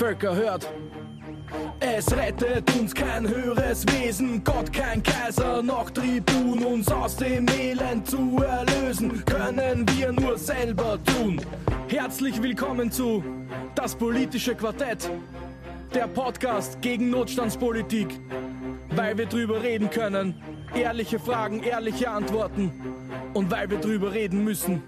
Völker hört. Es rettet uns kein höheres Wesen, Gott kein Kaiser, noch Tribun. Uns aus dem Elend zu erlösen, können wir nur selber tun. Herzlich willkommen zu Das politische Quartett, der Podcast gegen Notstandspolitik. Weil wir drüber reden können, ehrliche Fragen, ehrliche Antworten und weil wir drüber reden müssen.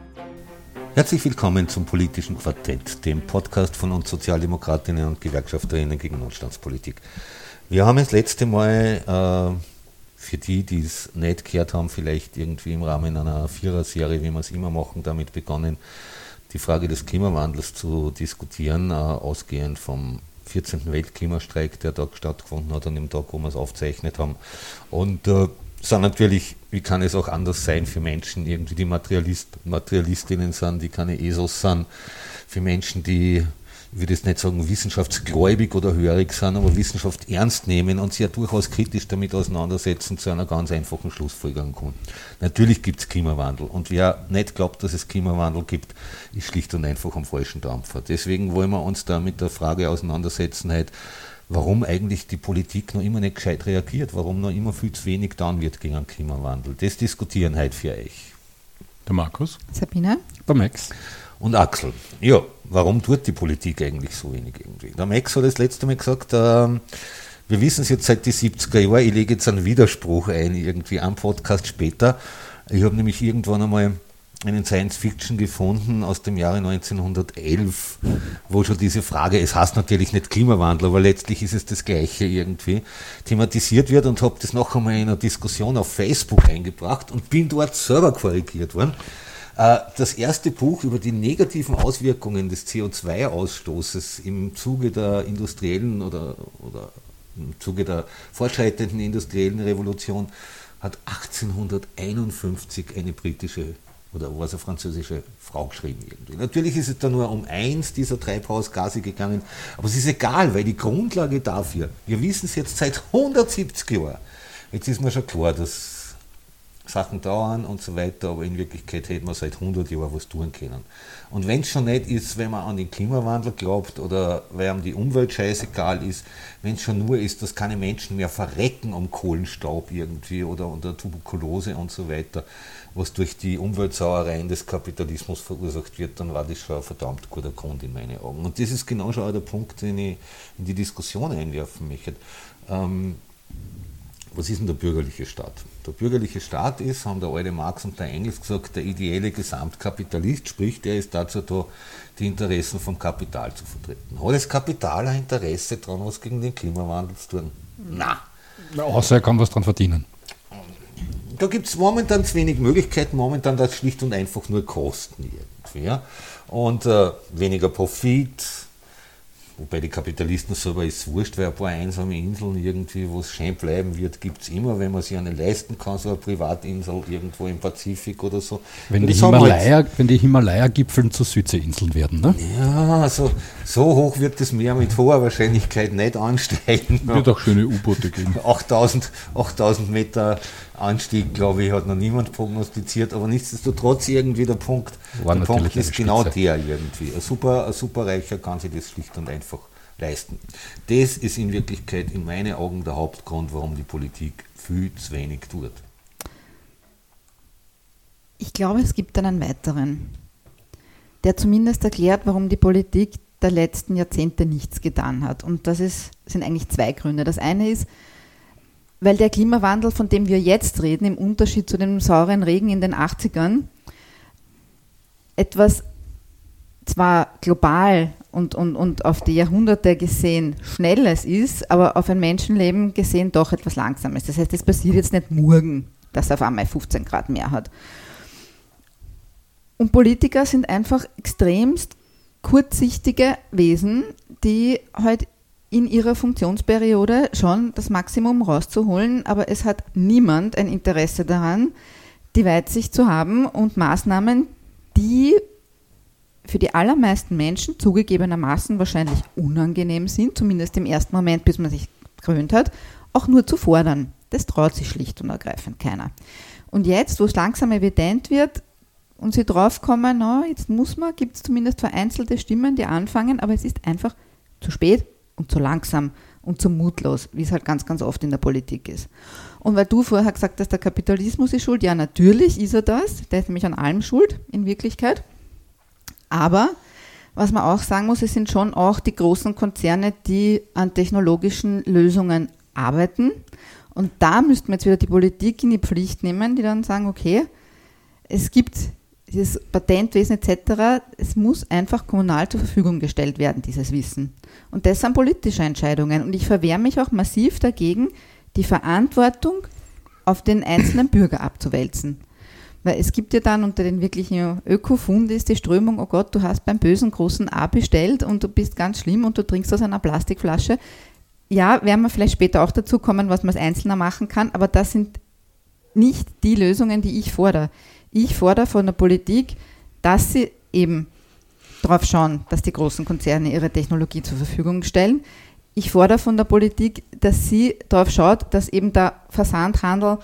Herzlich willkommen zum Politischen Quartett, dem Podcast von uns Sozialdemokratinnen und Gewerkschafterinnen gegen Notstandspolitik. Wir haben das letzte Mal, für die es nicht gehört haben, vielleicht irgendwie im Rahmen einer Vierer-Serie, wie wir es immer machen, damit begonnen, die Frage des Klimawandels zu diskutieren, ausgehend vom 14. Weltklimastreik, der da stattgefunden hat, an dem Tag, wo wir es aufgezeichnet haben. Und sind natürlich, wie kann es auch anders sein, für Menschen, irgendwie die Materialistinnen sind, die keine ESOs sind, für Menschen, die, ich würde jetzt nicht sagen wissenschaftsgläubig oder hörig sind, aber Wissenschaft ernst nehmen und sich ja durchaus kritisch damit auseinandersetzen, zu einer ganz einfachen Schlussfolgerung kommen. Natürlich gibt es Klimawandel und wer nicht glaubt, dass es Klimawandel gibt, ist schlicht und einfach am falschen Dampfer. Deswegen wollen wir uns da mit der Frage auseinandersetzen, halt, warum eigentlich die Politik noch immer nicht gescheit reagiert, warum noch immer viel zu wenig getan wird gegen den Klimawandel. Das diskutieren heute für euch. Der Markus. Sabine. Der Max. Und Axel. Ja, warum tut die Politik eigentlich so wenig irgendwie? Der Max hat das letzte Mal gesagt, wir wissen es jetzt seit die 70er Jahren, ich lege jetzt einen Widerspruch ein, irgendwie am Podcast später. Ich habe nämlich irgendwann einmal einen Science-Fiction gefunden aus dem Jahre 1911, wo schon diese Frage, es heißt natürlich nicht Klimawandel, aber letztlich ist es das Gleiche irgendwie, thematisiert wird und habe das noch einmal in einer Diskussion auf Facebook eingebracht und bin dort selber korrigiert worden. Das erste Buch über die negativen Auswirkungen des CO2-Ausstoßes im Zuge der industriellen oder im Zuge der fortschreitenden industriellen Revolution hat 1851 eine britische oder war es eine französische Frau geschrieben irgendwie. Natürlich ist es da nur um eins dieser Treibhausgase gegangen, aber es ist egal, weil die Grundlage dafür, wir wissen es jetzt seit 170 Jahren, jetzt ist mir schon klar, dass Sachen dauern und so weiter, aber in Wirklichkeit hätten wir seit 100 Jahren was tun können. Und wenn es schon nicht ist, wenn man an den Klimawandel glaubt oder weil einem die Umwelt scheißegal ist, wenn es schon nur ist, dass keine Menschen mehr verrecken um Kohlenstaub irgendwie oder unter Tuberkulose und so weiter, was durch die Umweltsauereien des Kapitalismus verursacht wird, dann war das schon ein verdammt guter Grund in meinen Augen. Und das ist genau schon auch der Punkt, den ich in die Diskussion einwerfen möchte. Was ist denn der bürgerliche Staat? Der bürgerliche Staat ist, haben der alte Marx und der Engels gesagt, der ideelle Gesamtkapitalist, sprich, der ist dazu da, die Interessen vom Kapital zu vertreten. Hat das Kapital ein Interesse daran, was gegen den Klimawandel zu tun? Nein. Außer er kann was dran verdienen. Da gibt es momentan zu wenig Möglichkeiten, momentan das schlicht und einfach nur Kosten irgendwie. Ja? Und weniger Profit, wobei die Kapitalisten selber ist es wurscht, weil ein paar einsame Inseln irgendwie, wo es schön bleiben wird, gibt es immer, wenn man sich eine leisten kann, so eine Privatinsel irgendwo im Pazifik oder so. Wenn die Himalaya-Gipfeln zu Südseeinseln werden, ne? Ja, so hoch wird das Meer mit hoher Wahrscheinlichkeit nicht ansteigen. Es wird auch schöne U-Boote geben. 8000 Meter Anstieg, glaube ich, hat noch niemand prognostiziert, aber nichtsdestotrotz irgendwie der Punkt ist genau der irgendwie. Ein Superreicher kann sich das schlicht und einfach leisten. Das ist in Wirklichkeit in meinen Augen der Hauptgrund, warum die Politik viel zu wenig tut. Ich glaube, es gibt einen weiteren, der zumindest erklärt, warum die Politik der letzten Jahrzehnte nichts getan hat. Und das sind eigentlich zwei Gründe. Das eine ist, weil der Klimawandel, von dem wir jetzt reden, im Unterschied zu dem sauren Regen in den 80ern, etwas zwar global und auf die Jahrhunderte gesehen Schnelles ist, aber auf ein Menschenleben gesehen doch etwas Langsames. Das heißt, es passiert jetzt nicht morgen, dass er auf einmal 15 Grad mehr hat. Und Politiker sind einfach extremst kurzsichtige Wesen, die halt in ihrer Funktionsperiode schon das Maximum rauszuholen, aber es hat niemand ein Interesse daran, die Weitsicht zu haben und Maßnahmen, die für die allermeisten Menschen zugegebenermaßen wahrscheinlich unangenehm sind, zumindest im ersten Moment, bis man sich gewöhnt hat, auch nur zu fordern. Das traut sich schlicht und ergreifend keiner. Und jetzt, wo es langsam evident wird und sie draufkommen, jetzt gibt es zumindest vereinzelte Stimmen, die anfangen, aber es ist einfach zu spät und zu langsam und zu mutlos, wie es halt ganz, ganz oft in der Politik ist. Und weil du vorher gesagt hast, der Kapitalismus ist schuld, ja, natürlich ist er das, der ist nämlich an allem schuld, in Wirklichkeit. Aber was man auch sagen muss, es sind schon auch die großen Konzerne, die an technologischen Lösungen arbeiten. Und da müssten wir jetzt wieder die Politik in die Pflicht nehmen, die dann sagen, okay, es gibt dieses Patentwesen etc., es muss einfach kommunal zur Verfügung gestellt werden, dieses Wissen. Und das sind politische Entscheidungen. Und ich verwehre mich auch massiv dagegen, die Verantwortung auf den einzelnen Bürger abzuwälzen. Weil es gibt ja dann unter den wirklichen Ökofundis die Strömung, oh Gott, du hast beim bösen großen A bestellt und du bist ganz schlimm und du trinkst aus einer Plastikflasche. Ja, werden wir vielleicht später auch dazu kommen, was man als Einzelner machen kann, aber das sind nicht die Lösungen, die ich fordere. Ich fordere von der Politik, dass sie eben darauf schauen, dass die großen Konzerne ihre Technologie zur Verfügung stellen. Ich fordere von der Politik, dass sie darauf schaut, dass eben der Versandhandel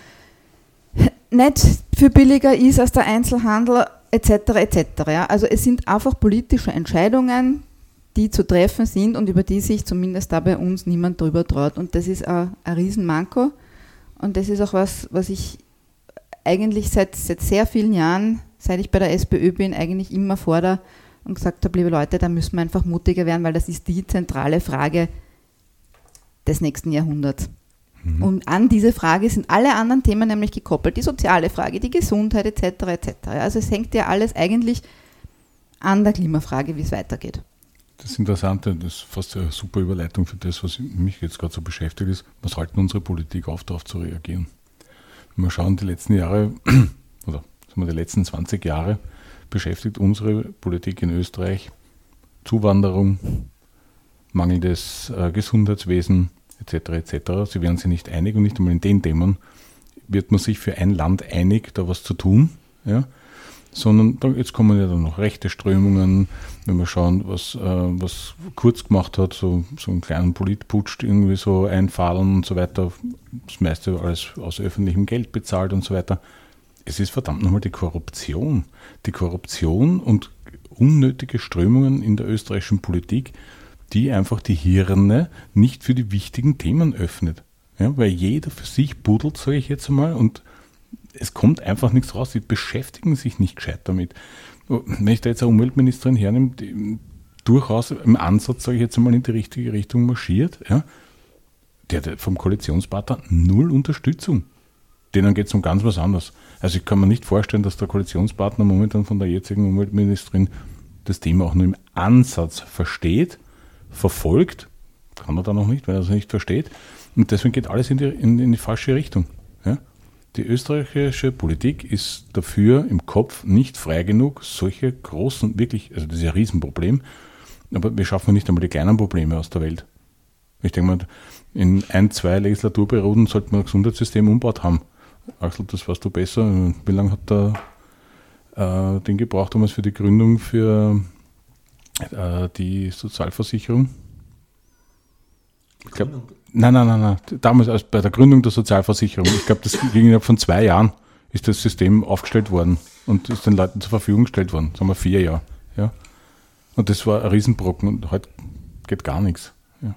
nicht viel billiger ist als der Einzelhandel etc. etc. Ja. Also es sind einfach politische Entscheidungen, die zu treffen sind und über die sich zumindest da bei uns niemand drüber traut. Und das ist ein Riesenmanko und das ist auch was ich eigentlich seit sehr vielen Jahren, seit ich bei der SPÖ bin, eigentlich immer fordere und gesagt habe, liebe Leute, da müssen wir einfach mutiger werden, weil das ist die zentrale Frage des nächsten Jahrhunderts. Mhm. Und an diese Frage sind alle anderen Themen nämlich gekoppelt, die soziale Frage, die Gesundheit etc. etc. Also es hängt ja alles eigentlich an der Klimafrage, wie es weitergeht. Das Interessante, das ist fast eine super Überleitung für das, was mich jetzt gerade so beschäftigt ist, was halten unsere Politik auf, darauf zu reagieren? Wenn wir schauen, die letzten Jahre, oder sagen wir die letzten 20 Jahre, beschäftigt unsere Politik in Österreich Zuwanderung, mangelndes Gesundheitswesen etc. etc. Sie werden sich nicht einig und nicht einmal in den Themen wird man sich für ein Land einig, da was zu tun, ja? Sondern jetzt kommen ja dann noch rechte Strömungen, wenn wir schauen, was Kurz gemacht hat, so einen kleinen Politputsch irgendwie so einfallen und so weiter, das meiste alles aus öffentlichem Geld bezahlt und so weiter. Es ist verdammt nochmal die Korruption und unnötige Strömungen in der österreichischen Politik, die einfach die Hirne nicht für die wichtigen Themen öffnet. Ja, weil jeder für sich buddelt, sage ich jetzt einmal, und es kommt einfach nichts raus. Sie beschäftigen sich nicht gescheit damit. Wenn ich da jetzt eine Umweltministerin hernehme, die durchaus im Ansatz, sage ich jetzt einmal, in die richtige Richtung marschiert, ja, der hat vom Koalitionspartner null Unterstützung. Denen geht es um ganz was anderes. Also ich kann mir nicht vorstellen, dass der Koalitionspartner momentan von der jetzigen Umweltministerin das Thema auch nur im Ansatz versteht, verfolgt, kann er da noch nicht, weil er es nicht versteht. Und deswegen geht alles in die falsche Richtung. Ja? Die österreichische Politik ist dafür im Kopf nicht frei genug, solche großen, wirklich, also das ist ja ein Riesenproblem, aber wir schaffen nicht einmal die kleinen Probleme aus der Welt. Ich denke mal, in 1-2 Legislaturperioden sollte man ein Gesundheitssystem umgebaut haben. Axel, das weißt du besser. Wie lange hat der den gebraucht damals für die Gründung für die Sozialversicherung? Ich glaube, nein. Damals bei der Gründung der Sozialversicherung. Ich glaube, das ging innerhalb von 2 Jahren ist das System aufgestellt worden und ist den Leuten zur Verfügung gestellt worden. Sagen wir 4 Jahre. Ja. Und das war ein Riesenbrocken und heute geht gar nichts. Ja.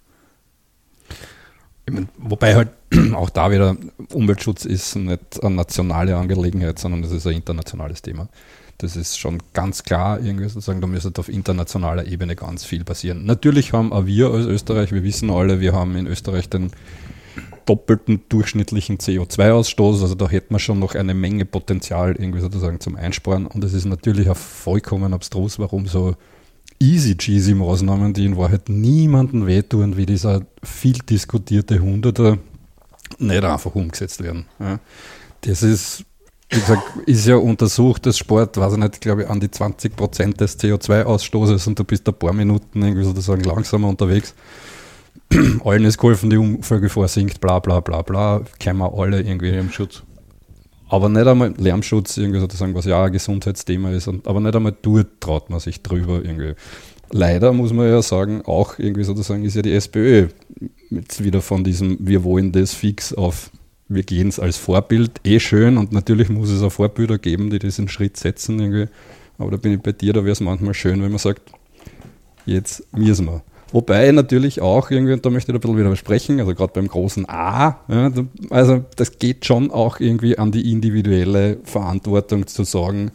Ich meine, wobei halt auch da wieder Umweltschutz ist nicht eine nationale Angelegenheit, sondern das ist ein internationales Thema. Das ist schon ganz klar, irgendwie sozusagen, da müsste auf internationaler Ebene ganz viel passieren. Natürlich haben auch wir als Österreich, wir wissen alle, wir haben in Österreich den doppelten durchschnittlichen CO2-Ausstoß, also da hätten wir schon noch eine Menge Potenzial irgendwie sozusagen zum Einsparen und es ist natürlich auch vollkommen abstrus, warum so easy-cheesy Maßnahmen, die in Wahrheit niemandem wehtun, wie dieser viel diskutierte Hunderter, nicht einfach umgesetzt werden. Ja. Das ist, wie gesagt, ist ja untersucht, das Sport, weiß ich nicht, glaube ich, an die 20% des CO2-Ausstoßes und du bist ein paar Minuten irgendwie sozusagen langsamer unterwegs. Allen ist geholfen, die Unfallgefahr sinkt, bla bla bla bla, können wir alle irgendwie. Lärmschutz. Aber nicht einmal Lärmschutz, irgendwie sozusagen, was ja ein Gesundheitsthema ist, aber nicht einmal dort traut man sich drüber irgendwie. Leider muss man ja sagen, auch irgendwie sozusagen ist ja die SPÖ jetzt wieder von diesem, wir wollen das fix auf, wir gehen es als Vorbild, schön und natürlich muss es auch Vorbilder geben, die diesen Schritt setzen irgendwie. Aber da bin ich bei dir, da wäre es manchmal schön, wenn man sagt, jetzt müssen wir. Wobei natürlich auch irgendwie, und da möchte ich ein bisschen wieder besprechen, also gerade beim großen A, ja, also das geht schon auch irgendwie an die individuelle Verantwortung zu sagen,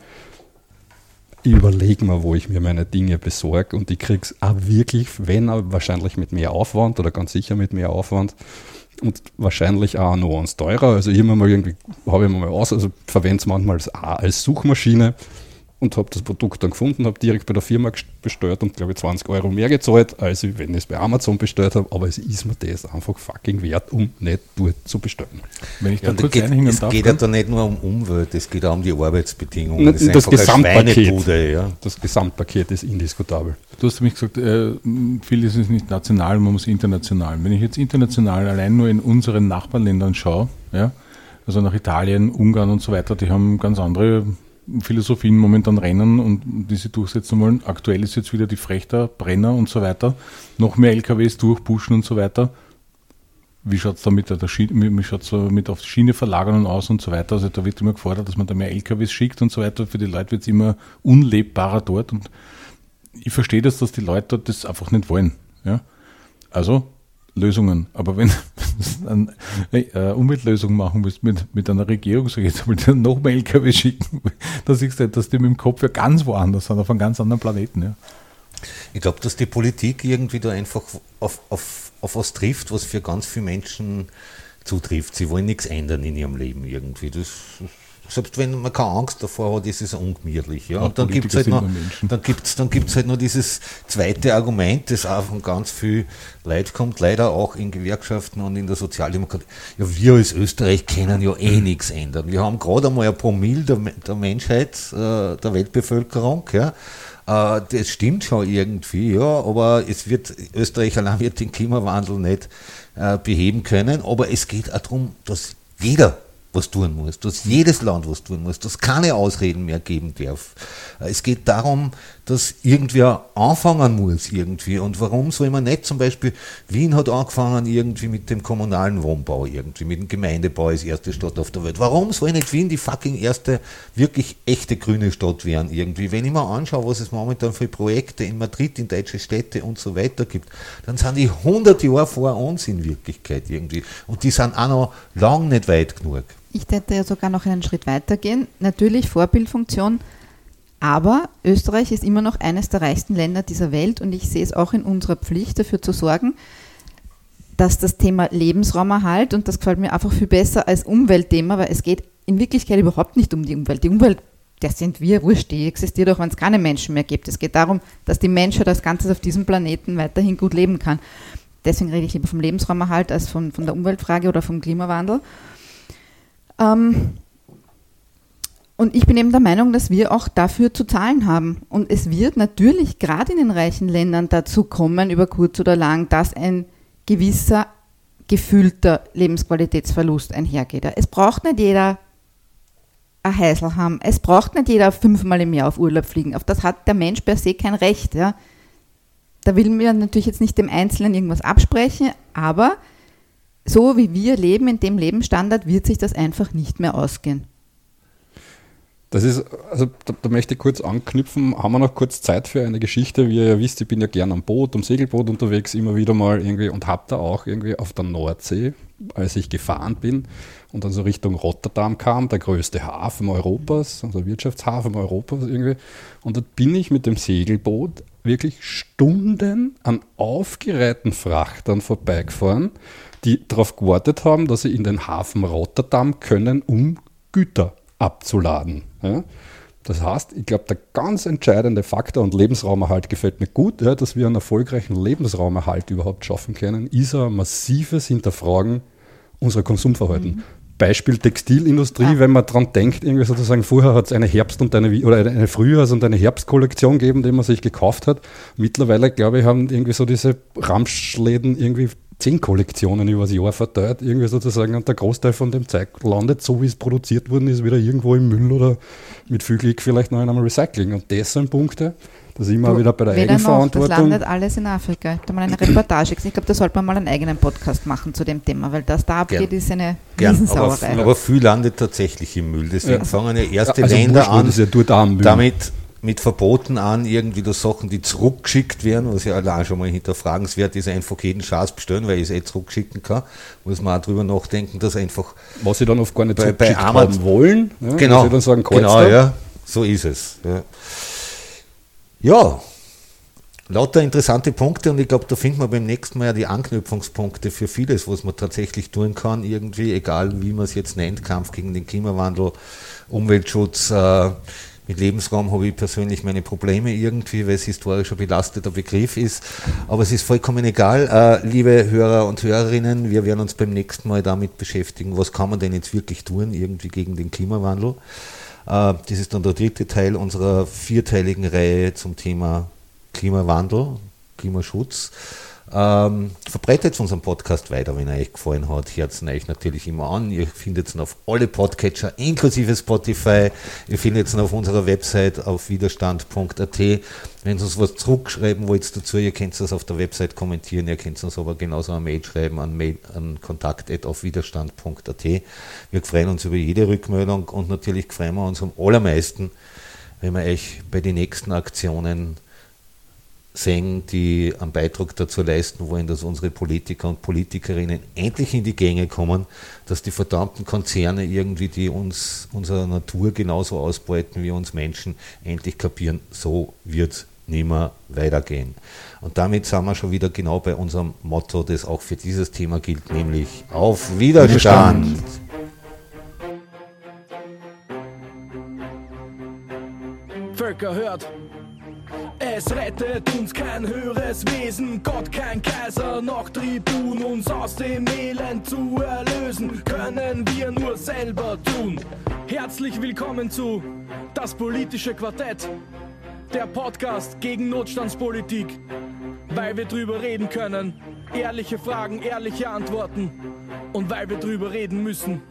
ich überlege mal, wo ich mir meine Dinge besorge und ich kriege es auch wirklich, wenn auch wahrscheinlich mit mehr Aufwand oder ganz sicher mit mehr Aufwand und wahrscheinlich auch noch eins teurer. Also immer mal irgendwie, habe ich mal aus, also verwende es manchmal als Suchmaschine und habe das Produkt dann gefunden, habe direkt bei der Firma bestellt und glaube ich 20 € mehr gezahlt, als wenn ich es bei Amazon bestellt habe, aber es ist mir das einfach fucking wert, um nicht dort zu bestellen. Wenn ich da Ja, kurz einhängen darf. Es geht ja da nicht nur um Umwelt, es geht auch um die Arbeitsbedingungen. Das ist einfach eine Gesamtpaket. Schweinebude, ja. Das Gesamtpaket ist indiskutabel. Du hast nämlich gesagt, vieles ist nicht national, man muss international. Wenn ich jetzt international allein nur in unseren Nachbarländern schaue, ja, also nach Italien, Ungarn und so weiter, die haben ganz andere Philosophien momentan rennen und die sie durchsetzen wollen. Aktuell ist jetzt wieder die Frechter, Brenner und so weiter. Noch mehr LKWs durchpushen und so weiter. Wie schaut es da mit der Schiene, wie schaut's so mit auf die Schiene verlagern aus und so weiter? Also da wird immer gefordert, dass man da mehr LKWs schickt und so weiter. Für die Leute wird es immer unlebbarer dort und ich verstehe das, dass die Leute dort das einfach nicht wollen. Ja? Also Lösungen. Aber wenn du eine Umweltlösung machen willst mit einer Regierung, so jetzt will ich noch mehr LKW schicken, da siehst du, dass die mit dem Kopf ja ganz woanders sind, auf einem ganz anderen Planeten. Ja. Ich glaube, dass die Politik irgendwie da einfach auf was trifft, was für ganz viele Menschen zutrifft. Sie wollen nichts ändern in ihrem Leben irgendwie. Selbst wenn man keine Angst davor hat, ist es ungemütlich. Ja. Und dann gibt es halt noch dieses zweite Argument, das auch von ganz viel Leid kommt, leider auch in Gewerkschaften und in der Sozialdemokratie. Ja, wir als Österreich können ja nichts ändern. Wir haben gerade einmal ein Promille der Menschheit, der Weltbevölkerung. Ja. Das stimmt schon irgendwie, ja, aber Österreich allein wird den Klimawandel nicht beheben können. Aber es geht auch darum, dass jeder was tun muss, dass jedes Land was tun muss, dass es keine Ausreden mehr geben darf. Es geht darum, dass irgendwer anfangen muss irgendwie. Und warum soll man nicht zum Beispiel, Wien hat angefangen irgendwie mit dem kommunalen Wohnbau irgendwie, mit dem Gemeindebau als erste Stadt auf der Welt. Warum soll nicht Wien die fucking erste wirklich echte grüne Stadt werden irgendwie? Wenn ich mir anschaue, was es momentan für Projekte in Madrid, in deutsche Städte und so weiter gibt, dann sind die 100 Jahre vor uns in Wirklichkeit irgendwie. Und die sind auch noch lang nicht weit genug. Ich hätte ja sogar noch einen Schritt weiter gehen. Natürlich Vorbildfunktion, aber Österreich ist immer noch eines der reichsten Länder dieser Welt und ich sehe es auch in unserer Pflicht, dafür zu sorgen, dass das Thema Lebensraumerhalt, und das gefällt mir einfach viel besser als Umweltthema, weil es geht in Wirklichkeit überhaupt nicht um die Umwelt. Die Umwelt, das sind wir, wurscht, die existiert auch, wenn es keine Menschen mehr gibt. Es geht darum, dass die Menschheit als Ganzes auf diesem Planeten weiterhin gut leben kann. Deswegen rede ich lieber vom Lebensraumerhalt als von der Umweltfrage oder vom Klimawandel. Und ich bin eben der Meinung, dass wir auch dafür zu zahlen haben. Und es wird natürlich gerade in den reichen Ländern dazu kommen, über kurz oder lang, dass ein gewisser gefühlter Lebensqualitätsverlust einhergeht. Es braucht nicht jeder ein Häusl haben. Es braucht nicht jeder 5-mal im Jahr auf Urlaub fliegen. Auf das hat der Mensch per se kein Recht. Ja. Da will mir natürlich jetzt nicht dem Einzelnen irgendwas absprechen, aber so wie wir leben, in dem Lebensstandard, wird sich das einfach nicht mehr ausgehen. Das ist, also da möchte ich kurz anknüpfen, haben wir noch kurz Zeit für eine Geschichte. Wie ihr ja wisst, ich bin ja gern am Boot, am Segelboot unterwegs, immer wieder mal irgendwie und habe da auch irgendwie auf der Nordsee, als ich gefahren bin und dann so Richtung Rotterdam kam, der größte Hafen Europas, also Wirtschaftshafen Europas irgendwie, und dort bin ich mit dem Segelboot wirklich Stunden an aufgereihten Frachtern vorbeigefahren, die darauf gewartet haben, dass sie in den Hafen Rotterdam können, um Güter abzuladen. Ja? Das heißt, ich glaube, der ganz entscheidende Faktor und Lebensraumerhalt gefällt mir gut, ja, dass wir einen erfolgreichen Lebensraumerhalt überhaupt schaffen können, ist ein massives Hinterfragen unserer Konsumverhalten. Mhm. Beispiel Textilindustrie, wenn man dran denkt, irgendwie sozusagen, vorher hat es eine Herbst- und eine Frühjahrs- und eine Herbstkollektion gegeben, die man sich gekauft hat. Mittlerweile, glaube ich, haben irgendwie so diese Ramschläden irgendwie 10 Kollektionen über das Jahr verteilt, irgendwie sozusagen, und der Großteil von dem Zeug landet, so wie es produziert worden ist, wieder irgendwo im Müll oder mit viel Glück vielleicht noch in einem Recycling. Und das sind Punkte, da sind wir wieder bei der Eigenverantwortung. Das landet alles in Afrika. Da mal eine Reportage gesehen. Ich glaube, da sollte man mal einen eigenen Podcast machen zu dem Thema, weil das da abgeht, ist eine Riesensauerei. Aber viel landet tatsächlich im Müll. Deswegen fangen ja erste also Länder an, ja dort am Müll. damit mit Verboten an, irgendwie durch Sachen, die zurückgeschickt werden, was ja allein schon mal hinterfragenswert ist, einfach jeden Schatz bestellen, weil ich es zurückschicken kann. Muss man auch drüber nachdenken, dass einfach... Was sie dann oft gar nicht bei zurückgeschickt haben wollen. Ja, genau, sie dann sagen, ja, so ist es. Ja, lauter interessante Punkte und ich glaube, da finden wir beim nächsten Mal ja die Anknüpfungspunkte für vieles, was man tatsächlich tun kann, irgendwie, egal wie man es jetzt nennt, Kampf gegen den Klimawandel, Umweltschutz, mit Lebensraum habe ich persönlich meine Probleme irgendwie, weil es historisch ein belasteter Begriff ist. Aber es ist vollkommen egal. Liebe Hörer und Hörerinnen, wir werden uns beim nächsten Mal damit beschäftigen, was kann man denn jetzt wirklich tun, irgendwie gegen den Klimawandel. Das ist dann der dritte Teil unserer vierteiligen Reihe zum Thema Klimawandel, Klimaschutz. Verbreitet unseren Podcast weiter, wenn er euch gefallen hat. Herzen euch natürlich immer an. Ihr findet ihn auf alle Podcatcher, inklusive Spotify. Ihr findet ihn auf unserer Website auf widerstand.at. Wenn ihr uns was zurückschreiben wollt dazu, ihr könnt es auf der Website kommentieren, ihr könnt uns aber genauso eine Mail schreiben an kontakt@aufwiderstand.at. Wir freuen uns über jede Rückmeldung und natürlich freuen wir uns am allermeisten, wenn wir euch bei den nächsten Aktionen sehen, die einen Beitrag dazu leisten wollen, dass unsere Politiker und Politikerinnen endlich in die Gänge kommen, dass die verdammten Konzerne irgendwie, die uns unsere Natur genauso ausbeuten wie uns Menschen, endlich kapieren, so wird es nicht mehr weitergehen. Und damit sind wir schon wieder genau bei unserem Motto, das auch für dieses Thema gilt, nämlich auf Widerstand. Völker hört. Es rettet uns kein höheres Wesen, Gott kein Kaiser, noch Tribun, uns aus dem Elend zu erlösen, können wir nur selber tun. Herzlich willkommen zu Das politische Quartett, der Podcast gegen Notstandspolitik, weil wir drüber reden können, ehrliche Fragen, ehrliche Antworten und weil wir drüber reden müssen.